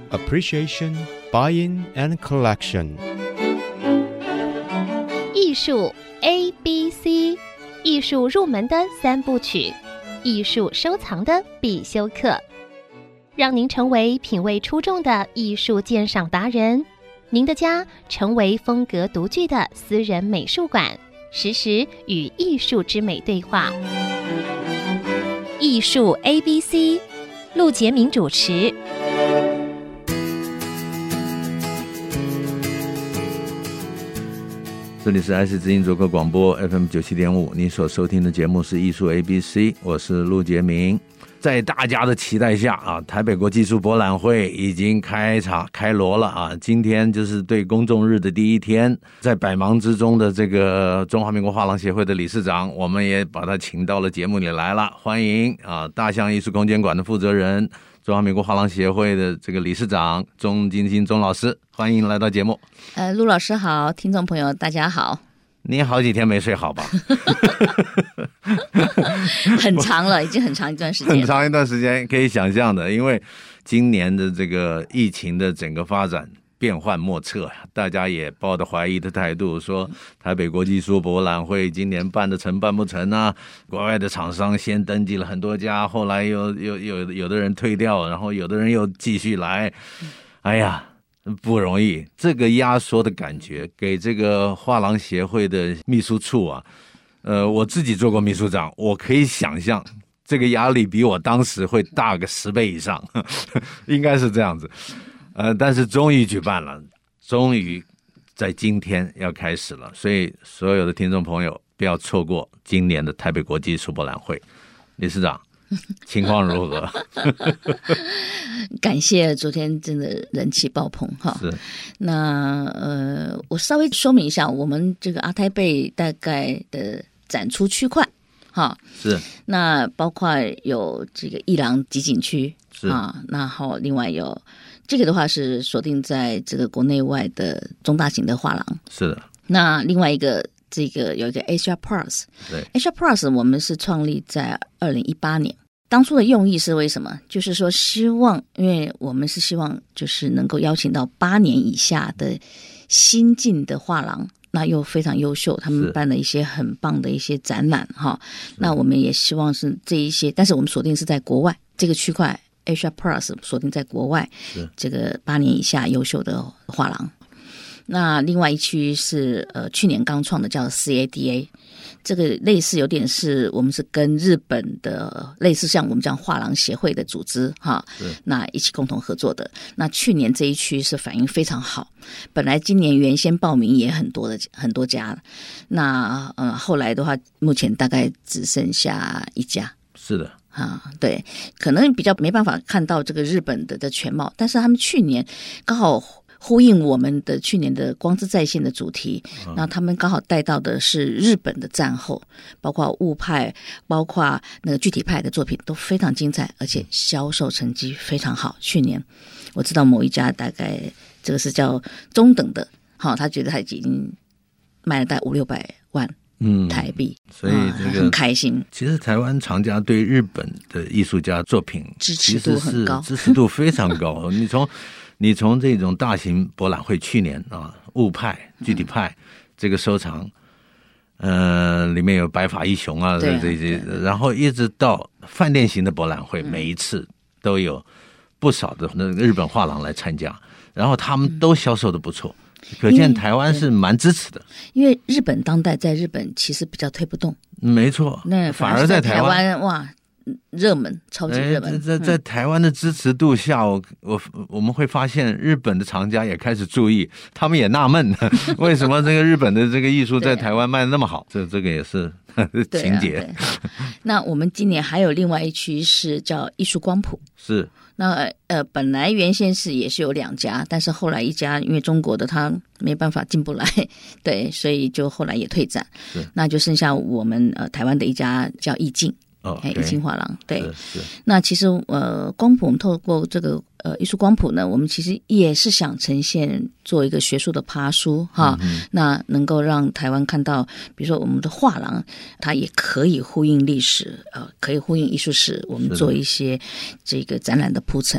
appreciation, buying, and collection. 艺术 ABC， 艺术入门的3部曲，艺术收藏的必修课，让您成为品味出众的艺术鉴赏达人，您的家成为风格独具的私人美术馆，时时与艺术之美对话。艺术 ABC， 陆杰明主持。 这里是爱思之音逐客广播 FM 97.5， 你所收听的节目是艺术 ABC， 我是陆杰明。在大家的期待下啊，台北国际艺术博览会已经开锣了啊！今天就是对公众日的第一天，在百忙之中的这个中华民国画廊协会的理事长，我们也把他请到了节目里来了，欢迎啊！大象艺术空间馆的负责人，中华民国画廊协会的这个理事长钟金星钟老师，欢迎来到节目。 陆老师好，听众朋友大家好。 你好几天没睡好吧？ 很长了，已经很长一段时间， 很长一段时间可以想象的，因为今年的这个疫情的整个发展变幻莫测，大家也抱着怀疑的态度说台北国际艺术博览会今年办得成办不成啊？国外的厂商先登记了很多家，后来有的人退掉，然后有的人又继续来，哎呀不容易，这个压缩的感觉给这个画廊协会的秘书处啊，我自己做过秘书长，我可以想象这个压力比我当时会大个10倍以上，应该是这样子。但是终于举办了，终于在今天要开始了，所以所有的听众朋友不要错过今年的台北国际艺术博览会。理事长情况如何？ 感谢，昨天真的人气爆棚哈。 是。 那我稍微说明一下，我们这个阿台贝大概的展出区块哈。 是。 那包括有这个艺廊集锦区是啊，然后另外有这个的话是锁定在这个国内外的中大型的画廊。 是的。 那另外一个。这个有一个 Asia Plus， 对 Asia Plus 我们是创立在2018年，当初的用意是为什么？就是说希望，因为我们是希望就是能够邀请到8年以下的新进的画廊，那又非常优秀，他们办了一些很棒的一些展览哈。那我们也希望是这一些，但是我们锁定是在国外这个区块 Asia Plus 锁定在国外，这个8年以下优秀的画廊。那另外一区是去年刚创的叫 CADA， 这个类似有点是我们是跟日本的类似像我们这样画廊协会的组织哈，那一起共同合作的。那去年这一区是反应非常好，本来今年原先报名也很多家，那后来的话目前大概只剩下1家。 是的。 对，可能比较没办法看到这个日本的全貌，但是他们去年刚好呼应我们的去年的光之在线的主题，那他们刚好带到的是日本的战后，包括物派，包括那个具体派的作品都非常精彩，而且销售成绩非常好。去年我知道某一家大概这个是叫中等的，他觉得他已经卖了大概500-600万台币， 所以这个很开心。 其实台湾藏家对日本的艺术家作品支持度很高， 支持度非常高。你从这种大型博览会去年啊，物派、具体派这个收藏，里面有白发一雄啊，这些，然后一直到饭店型的博览会，每一次都有不少的那个日本画廊来参加，然后他们都销售的不错。可见台湾是蛮支持的， 因为日本当代在日本其实比较推不动， 没错， 那反而在台湾哇热门，超级热门。 在台湾的支持度下，我们会发现日本的藏家也开始注意，他们也纳闷为什么这个日本的这个艺术在台湾卖得那么好，这个也是情节。 那我们今年还有另外一区是叫艺术光谱， 是。 那本来原先也是有2家，但是后来一家因为中国的他没办法进不来，对，所以就后来也退展，那就剩下我们台湾的一家叫艺境。艺境画廊，对。那其实光谱我们透过这个艺术光谱呢，我们其实也是想呈现做一个学术的爬书哈，那能够让台湾看到，比如说我们的画廊，它也可以呼应历史，可以呼应艺术史，我们做一些这个展览的铺陈。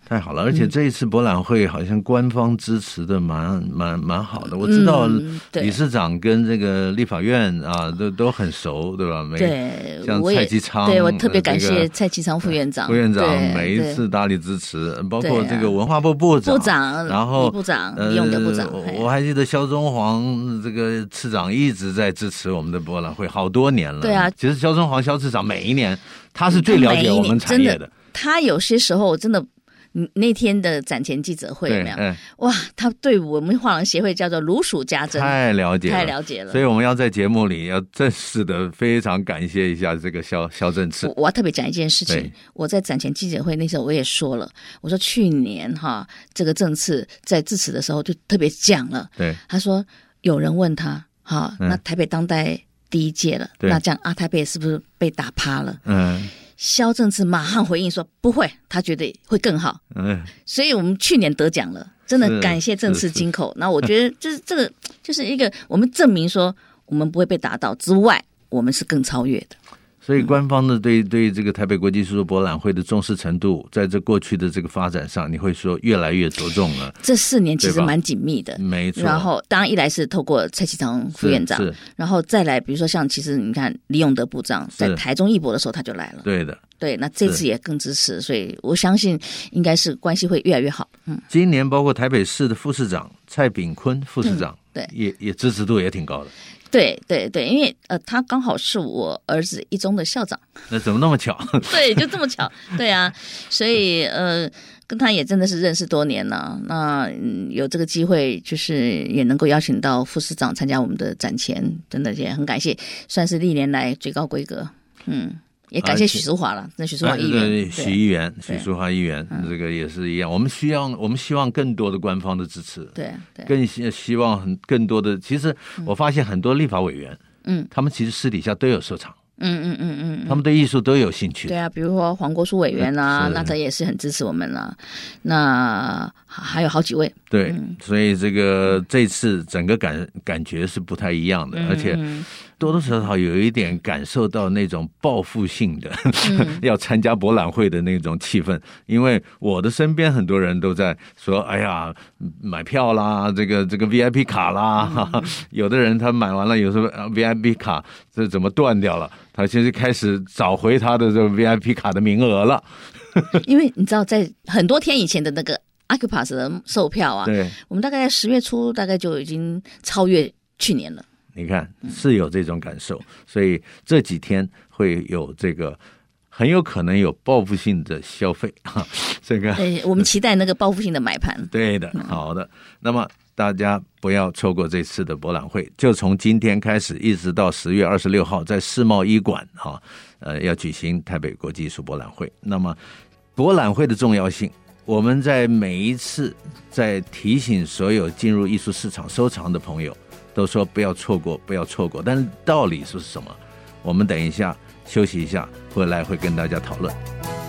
太好了，而且这一次博览会好像官方支持的蛮好的。我知道理事长跟这个立法院啊都很熟，对吧？ 对， 像蔡其昌， 对我特别感谢蔡其昌副院长， 每一次大力支持，包括这个文化部部长，然后李部长、李永德部长， 我还记得萧宗煌这个次长一直在支持我们的博览会好多年了。 对啊， 其实萧宗煌萧次长每一年他是最了解我们产业的， 他有些时候真的。那天的展前记者会有没有？哇，他对我们画廊协会叫做如数家珍， 太了解了。所以我们要在节目里要正式的非常感谢一下这个萧正次。 我要特别讲一件事情，我在展前记者会那时候我也说了，我说去年这个正次在致辞的时候就特别讲了， 对， 他说有人问他那台北当代第一届了，那这样台北是不是被打趴了？萧正次马上回应说不会，他觉得会更好。所以我们去年得奖了，真的感谢正次金口。那我觉得就是这个就是一个我们证明说我们不会被打倒之外，我们是更超越的。 所以官方的对这个台北国际艺术博览会的重视程度，在这过去的这个发展上，你会说越来越着重了。 这4年其实蛮紧密的， 没错。 然后当然一来是透过蔡其昌副院长，然后再来比如说像其实你看李永德部长在台中艺博的时候他就来了， 对的。 对，那这次也更支持，所以我相信应该是关系会越来越好。 今年包括台北市的副市长蔡炳坤副市长， 对， 也支持度也挺高的。 对，因为他刚好是我儿子一中的校长。 那怎么那么巧？ 对，就这么巧。对啊，所以跟他也真的是认识多年了。那有这个机会，就是也能够邀请到副市长参加我们的展前，真的也很感谢，算是历年来最高规格。也感谢许淑华了，那许淑华议员， 许淑华议员，这个也是一样。我们希望更多的官方的支持， 对， 更希望更多的。其实我发现很多立法委员，他们其实私底下都有收藏，他们对艺术都有兴趣。 对啊，比如说黄国书委员啊，那他也是很支持我们啦。那还有好几位， 对，所以这次整个感觉是不太一样的，而且多多少少有一点感受到那种报复性的要参加博览会的那种气氛。因为我的身边很多人都在说，哎呀，买票啦，这个 VIP 卡啦，有的人他买完了，有时候 VIP 卡这怎么断掉了，他现在开始找回他的这个 VIP 卡的名额了。 因为你知道在很多天以前的那个 Acupass 的售票啊， 对， 我们大概在10月初大概就已经超越去年了。 你看是有这种感受，所以这几天会有这个很有可能有报复性的消费，这个我们期待那个报复性的买盘。 对的，好的。那么大家不要错过这次的博览会，就从今天开始一直到10月26号在世贸一馆要举行台北国际艺术博览会。那么博览会的重要性，我们在每一次在提醒所有进入艺术市场收藏的朋友都说不要错过，不要错过。但是道理是什么？我们等一下休息一下，回来会跟大家讨论。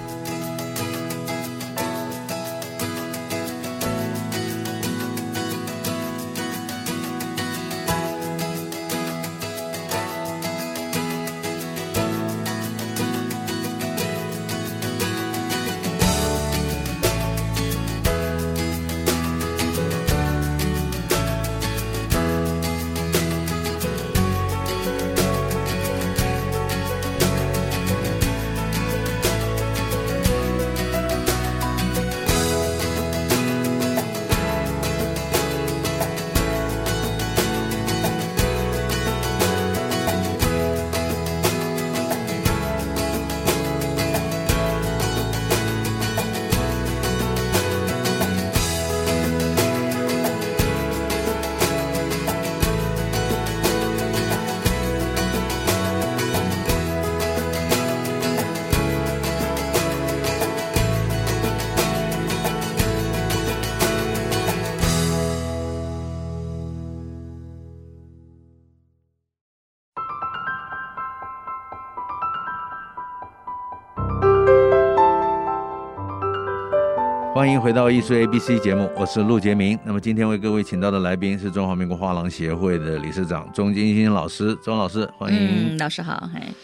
欢迎回到艺术 ABC 节目，我是陆杰明。那么今天为各位请到的来宾是中华民国画廊协会的理事长钟金星老师。钟老师欢迎。 老师好。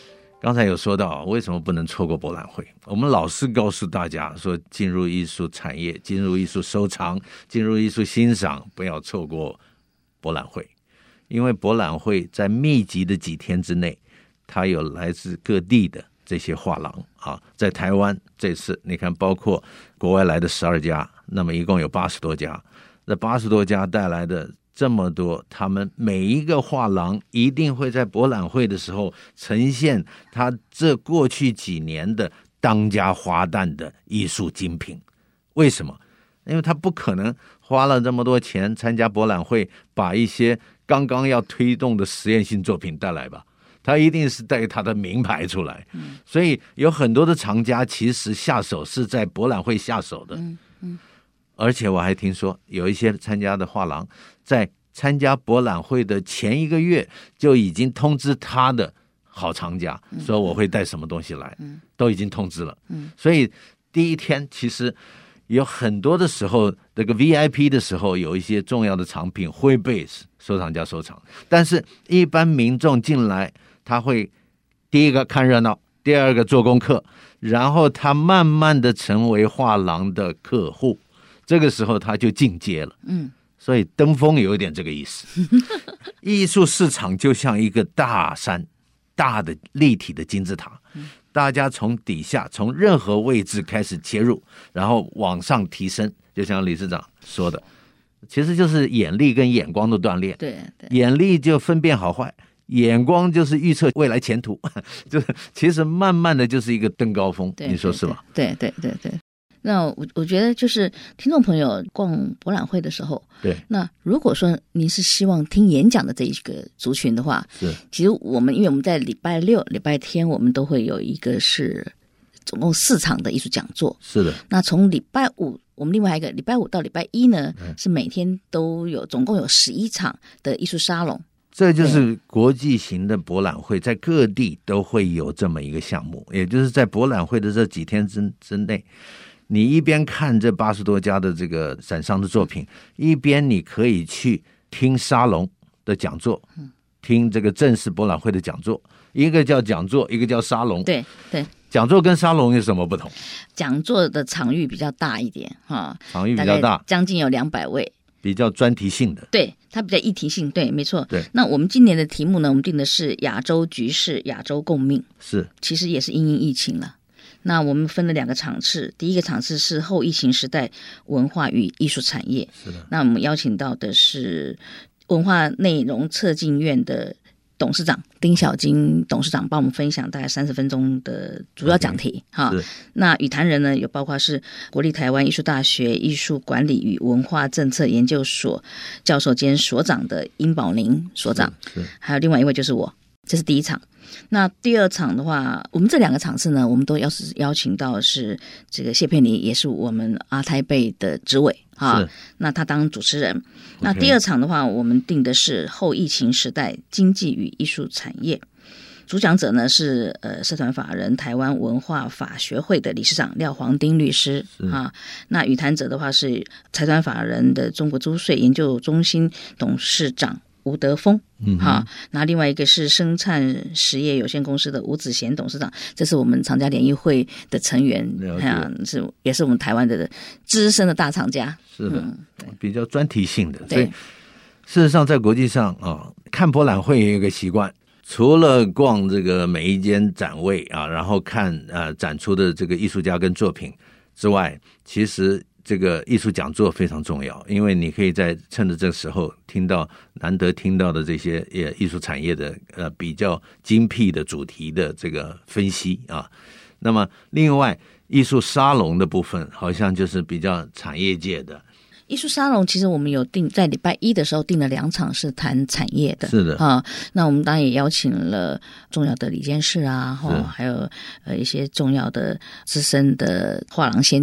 刚才有说到为什么不能错过博览会，我们老是告诉大家说，进入艺术产业，进入艺术收藏，进入艺术欣赏，不要错过博览会，因为博览会在密集的几天之内，它有来自各地的这些画廊啊，在台湾这次你看，包括国外来的12家，那么一共有80多家，那80多家带来的这么多，他们每一个画廊一定会在博览会的时候呈现他这过去几年的当家花旦的艺术精品。为什么？因为他不可能花了这么多钱参加博览会，把一些刚刚要推动的实验性作品带来吧，他一定是带他的名牌出来。所以有很多的藏家其实下手是在博览会下手的。而且我还听说有一些参加的画廊在参加博览会的前1个月就已经通知他的好藏家说我会带什么东西来，都已经通知了。所以第一天其实有很多的时候，这个 VIP 的时候有一些重要的藏品会被收藏家收藏，但是一般民众进来，他会第一个看热闹，第二个做功课，然后他慢慢的成为画廊的客户，这个时候他就进阶了。所以登峰有一点这个意思。艺术市场就像一个大山，大的立体的金字塔，大家从底下从任何位置开始切入，然后往上提升，就像理事长说的，其实就是眼力跟眼光的锻炼。 对， 眼力就分辨好坏，眼光就是预测未来前途，就是其实慢慢的就是一个登高峰，你说是吧？ 对。那我觉得就是听众朋友逛博览会的时候， 对， 那如果说您是希望听演讲的这一个族群的话， 是， 其实因为我们在礼拜六、礼拜天我们都会有一个是总共4场的艺术讲座。 是的。 那从礼拜五，我们另外一个礼拜5到礼拜1呢，是每天都有，总共有11场的艺术沙龙。 这就是国际型的博览会，在各地都会有这么一个项目，也就是在博览会的这几天之内，你一边看这80多家的这个展商的作品，一边你可以去听沙龙的讲座，听这个正式博览会的讲座。一个叫讲座，一个叫沙龙。 对， 讲座跟沙龙有什么不同？ 讲座的场域比较大一点哈， 场域比较大， 将近有200位， 比较专题性的。 对，它比较议题性，对，没错。 对， 那我们今年的题目呢，我们定的是亚洲局势，亚洲共命， 是， 其实也是因应疫情了。那我们分了2个场次，第一个场次是后疫情时代文化与艺术产业。 是的。 那我们邀请到的是文化内容策进院的董事长丁小金董事长，帮我们分享大概30分钟的主要讲题。那与谈人呢，有包括是国立台湾艺术大学艺术管理与文化政策研究所教授兼所长的殷宝宁所长，还有另外一位就是我。这是第一场。那第二场的话，我们这2个场次呢，我们都邀请到是这个谢佩妮，也是我们阿台贝的执委哈，那他当主持人。那第二场的话，我们定的是后疫情时代经济与艺术产业。主讲者呢是社团法人台湾文化法学会的理事长廖黄丁律师啊。那与谈者的话是财团法人的中国租税研究中心董事长吴德峰，那另外一个是生产实业有限公司的吴子贤董事长，这是我们藏家联谊会的成员，也是我们台湾的资深的大藏家。 是的，比较专题性的。所以事实上在国际上看博览会也有一个习惯，除了逛这个每一间展位然后看展出的这个艺术家跟作品之外，其实这个艺术讲座非常重要，因为你可以趁着这个时候难得听到的这些艺术产业的比较精辟的主题的这个分析啊。那么另外艺术沙龙的部分好像就是比较产业界的。 艺术沙龙其实我们有在礼拜1的时候定了2场是谈产业的。 是的那我们当然也邀请了重要的理监事还有一些重要的资深的画廊先进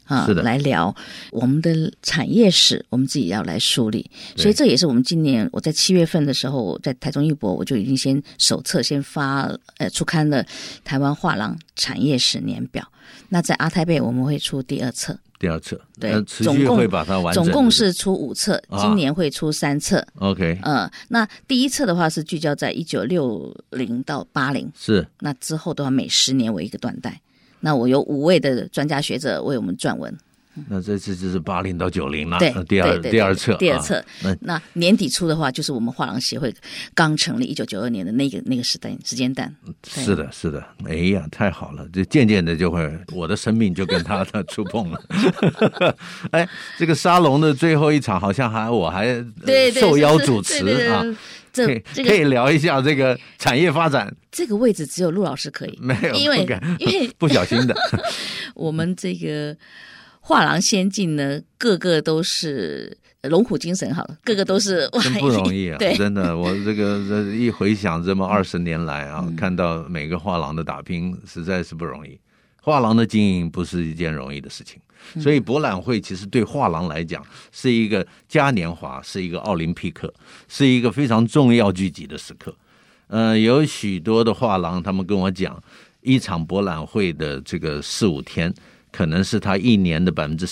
啊，来聊我们的产业史，我们自己要来梳理。所以这也是我们今年我在7月份的时候，在台中艺博我就已经先手册先出刊了台湾画廊产业史年表。那在阿泰贝我们会出第2册。 第2册， 对， 持续会把它完整。 总共是出5册，今年会出3册。 OK， 那第1册的话是聚焦在1960到80，是。那之后的话，每10年为一个断代。那我有5位的专家学者为我们撰文。 那这次就是80到90了， 对， 第二册， 第2册。那年底出的话，就是我们画廊协会刚成立1992年的那个时间段。 是的，是的，哎呀，太好了，就渐渐的就会，我的生命就跟他触碰了。哎，这个沙龙的最后一场，好像我还受邀主持啊。可以聊一下这个产业发展。 这个位置只有陆老师可以， 没有， 因为不小心的。 我们这个画廊先进呢，个个都是龙虎精神，好了，个个都是真不容易啊！真的，我这一回想这么20年来啊，看到每个画廊的打拼，实在是不容易。画廊的经营不是一件容易的事情，所以博览会其实对画廊来讲是一个嘉年华，是一个奥林匹克，是一个非常重要聚集的时刻。有许多的画廊他们跟我讲，一场博览会的这个4、5天，可能是他1年的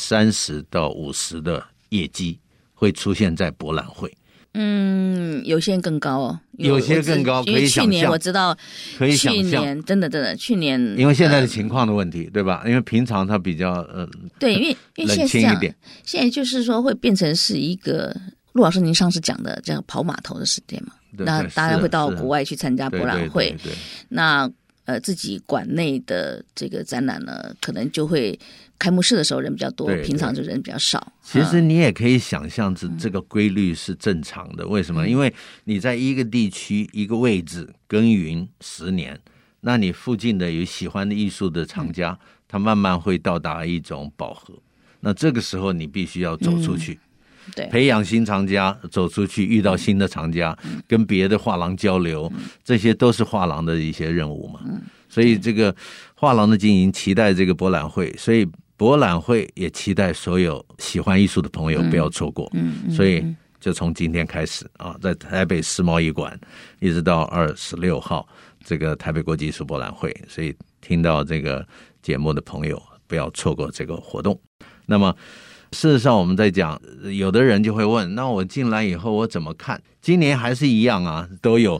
30%到50%的业绩会出现在博览会。 有些更高哦， 有些更高，可以想象。 去年我知道， 可以想象， 去年真的，去年因为现在的情况的问题，对吧？因为平常它比较对，因为冷清一点， 现在就是说会变成是一个陆老师您上次讲的这样跑码头的时间嘛，那当然会到国外去参加博览会， 对， 那自己馆内的这个展览呢，可能就会开幕式的时候人比较多，平常就人比较少。 其实你也可以想象这个规律是正常的。为什么？因为你在一个地区一个位置耕耘10年，那你附近的有喜欢的艺术的藏家，他慢慢会到达一种饱和。那这个时候你必须要走出去。 对， 培养新藏家，走出去遇到新的藏家，跟别的画廊交流，这些都是画廊的一些任务嘛。所以这个画廊的经营期待这个博览会，所以博览会也期待所有喜欢艺术的朋友不要错过。所以就从今天开始啊，在台北世贸艺馆一直到26号这个台北国际艺术博览会，所以听到这个节目的朋友不要错过这个活动。那么事实上我们在讲，有的人就会问，那我进来以后我怎么看？今年还是一样啊，都有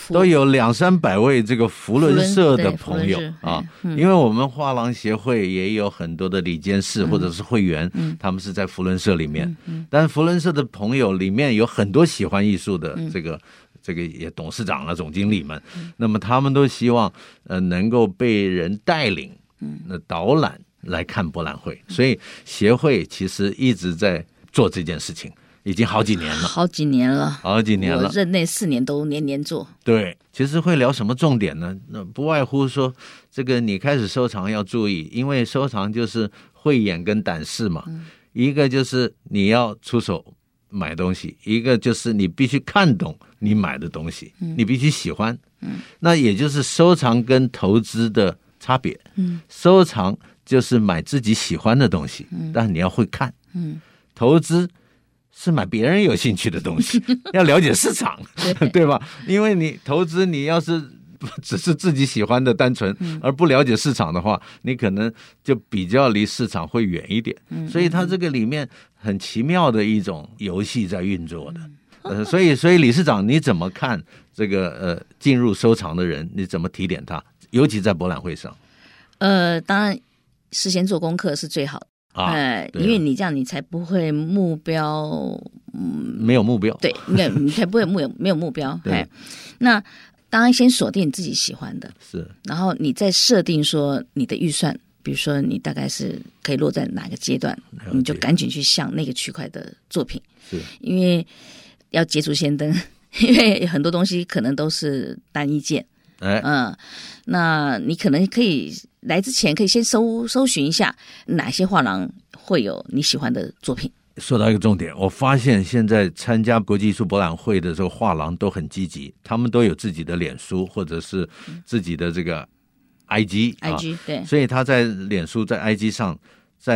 200-300位这个扶轮社的朋友啊，因为我们画廊协会也有很多的理监事或者是会员，他们是在扶轮社里面，但扶轮社的朋友里面有很多喜欢艺术的这个也董事长啊、总经理们，那么他们都希望能够被人带领，导览来看博览会，所以协会其实一直在做这件事情，已经好几年了。我任内4年都年年做。对，其实会聊什么重点呢？那不外乎说，这个你开始收藏要注意，因为收藏就是慧眼跟胆识嘛。一个就是你要出手买东西，一个就是你必须看懂你买的东西，你必须喜欢。那也就是收藏跟投资的差别。收藏就是买自己喜欢的东西，但你要会看。投资是买别人有兴趣的东西，要了解市场，对吧？因为你投资，你要是只是自己喜欢的单纯，而不了解市场的话，你可能就比较离市场会远一点。所以它这个里面很奇妙的一种游戏在运作的。所以理事长，你怎么看这个进入收藏的人？你怎么提点他？尤其在博览会上。 当然事先做功课是最好的。因为你这样你才不会目标没有目标， 对，你才不会没有目标。那当然先锁定你自己喜欢的，是，然后你再设定说你的预算，比如说你大概是可以落在哪个阶段，你就赶紧去向那个区块的作品，是，因为要捷足先登，因为很多东西可能都是单一件。那你可能可以来之前可以先搜寻一下哪些画廊会有你喜欢的作品。 说到一个重点，我发现现在参加国际艺术博览会的时候，画廊都很积极，他们都有自己的脸书或者是自己的这个IG， 对， 所以他在脸书在 IG 上在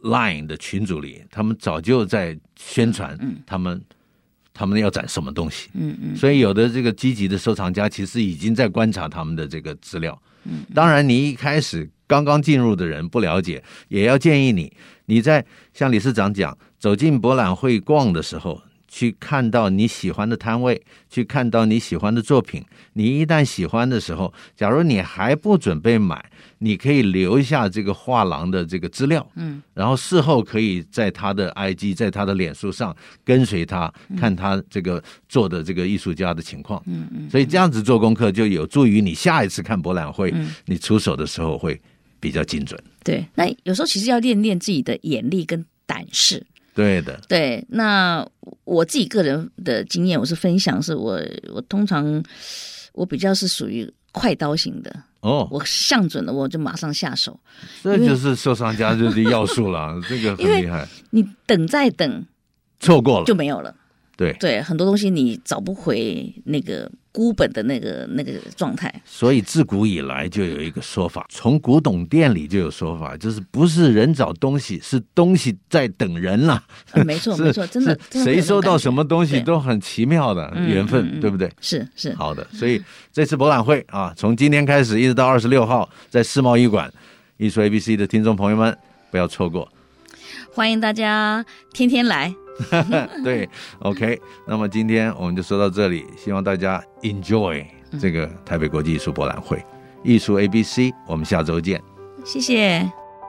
Line 的群组里，他们早就在宣传他们要展什么东西。所以有的这个积极的收藏家其实已经在观察他们的这个资料。当然你一开始刚刚进入的人不了解，也要建议你在像理事长讲，走进博览会逛的时候，去看到你喜欢的摊位，去看到你喜欢的作品，你一旦喜欢的时候，假如你还不准备买，你可以留下这个画廊的这个资料，然后事后可以在他的 IG 在他的脸书上跟随他，看他这个做的这个艺术家的情况。所以这样子做功课就有助于你下一次看博览会，你出手的时候会比较精准。 对，那有时候其实要练练自己的眼力跟胆识。 对的， 对。那我自己个人的经验，我是分享，是我通常我比较是属于快刀型的。我向准了我就马上下手， 这就是收藏家就是要素了。这个很厉害。 你等再等， 错过了就没有了。 对， 很多东西你找不回那个孤本的那个状态。 所以自古以来就有一个说法，从古董店里就有说法，就是不是人找东西，是东西在等人啦。 没错没错，真的谁收到什么东西都很奇妙的缘分，对不对？ 是好的。所以这次博览会啊，从今天开始一直到26号，在世贸艺馆，艺术 ABC 的听众朋友们不要错过， 欢迎大家天天来。 对 ，OK， 那么今天我们就说到这里，希望大家 enjoy 这个台北国际艺术博览会，艺术 ABC， 我们下周见， 谢谢。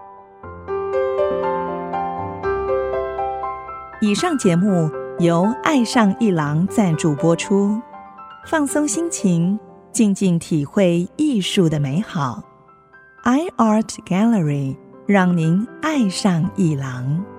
以上节目由爱上一郎赞助播出，放松心情，静静体会艺术的美好。iArt Gallery 让您爱上一郎。